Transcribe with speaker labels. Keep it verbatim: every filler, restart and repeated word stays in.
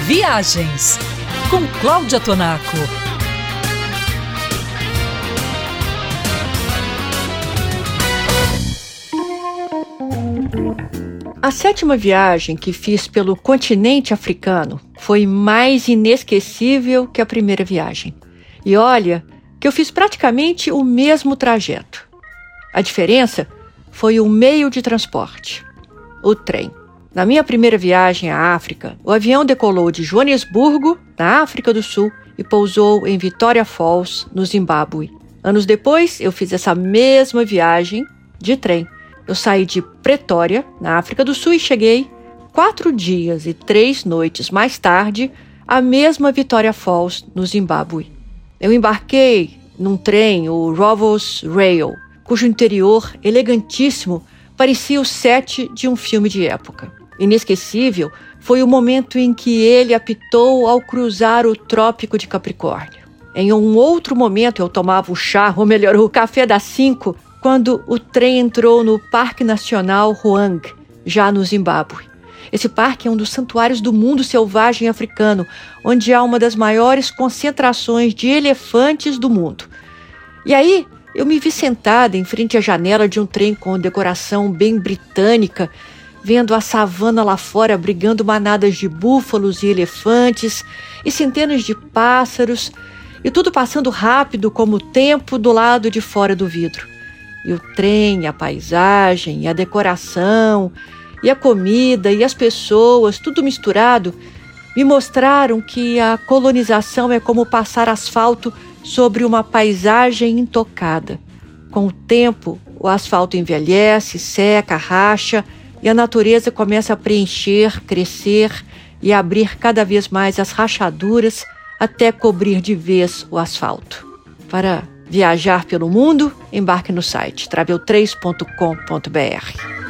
Speaker 1: Viagens com Cláudia Tonaco.
Speaker 2: A sétima viagem que fiz pelo continente africano foi mais inesquecível que a primeira viagem. E olha que eu fiz praticamente o mesmo trajeto. A diferença foi o meio de transporte, o trem. Na minha primeira viagem à África, o avião decolou de Joanesburgo, na África do Sul, e pousou em Vitória Falls, no Zimbábue. Anos depois, eu fiz essa mesma viagem de trem. Eu saí de Pretória, na África do Sul, e cheguei quatro dias e três noites mais tarde à mesma Vitória Falls, no Zimbábue. Eu embarquei num trem, o Rovos Rail, cujo interior, elegantíssimo, parecia o set de um filme de época. Inesquecível foi o momento em que ele apitou ao cruzar o Trópico de Capricórnio. Em um outro momento eu tomava o chá, ou melhor, o café das cinco, quando o trem entrou no Parque Nacional Ruang, já no Zimbábue. Esse parque é um dos santuários do mundo selvagem africano, onde há uma das maiores concentrações de elefantes do mundo. E aí, eu me vi sentada em frente à janela de um trem com decoração bem britânica, vendo a savana lá fora abrigando manadas de búfalos e elefantes e centenas de pássaros, e tudo passando rápido como o tempo do lado de fora do vidro. E o trem, a paisagem, e a decoração, e a comida, e as pessoas, tudo misturado, me mostraram que a colonização é como passar asfalto sobre uma paisagem intocada. Com o tempo, o asfalto envelhece, seca, racha, e a natureza começa a preencher, crescer e abrir cada vez mais as rachaduras até cobrir de vez o asfalto. Para viajar pelo mundo, embarque no site travel três ponto com ponto b r.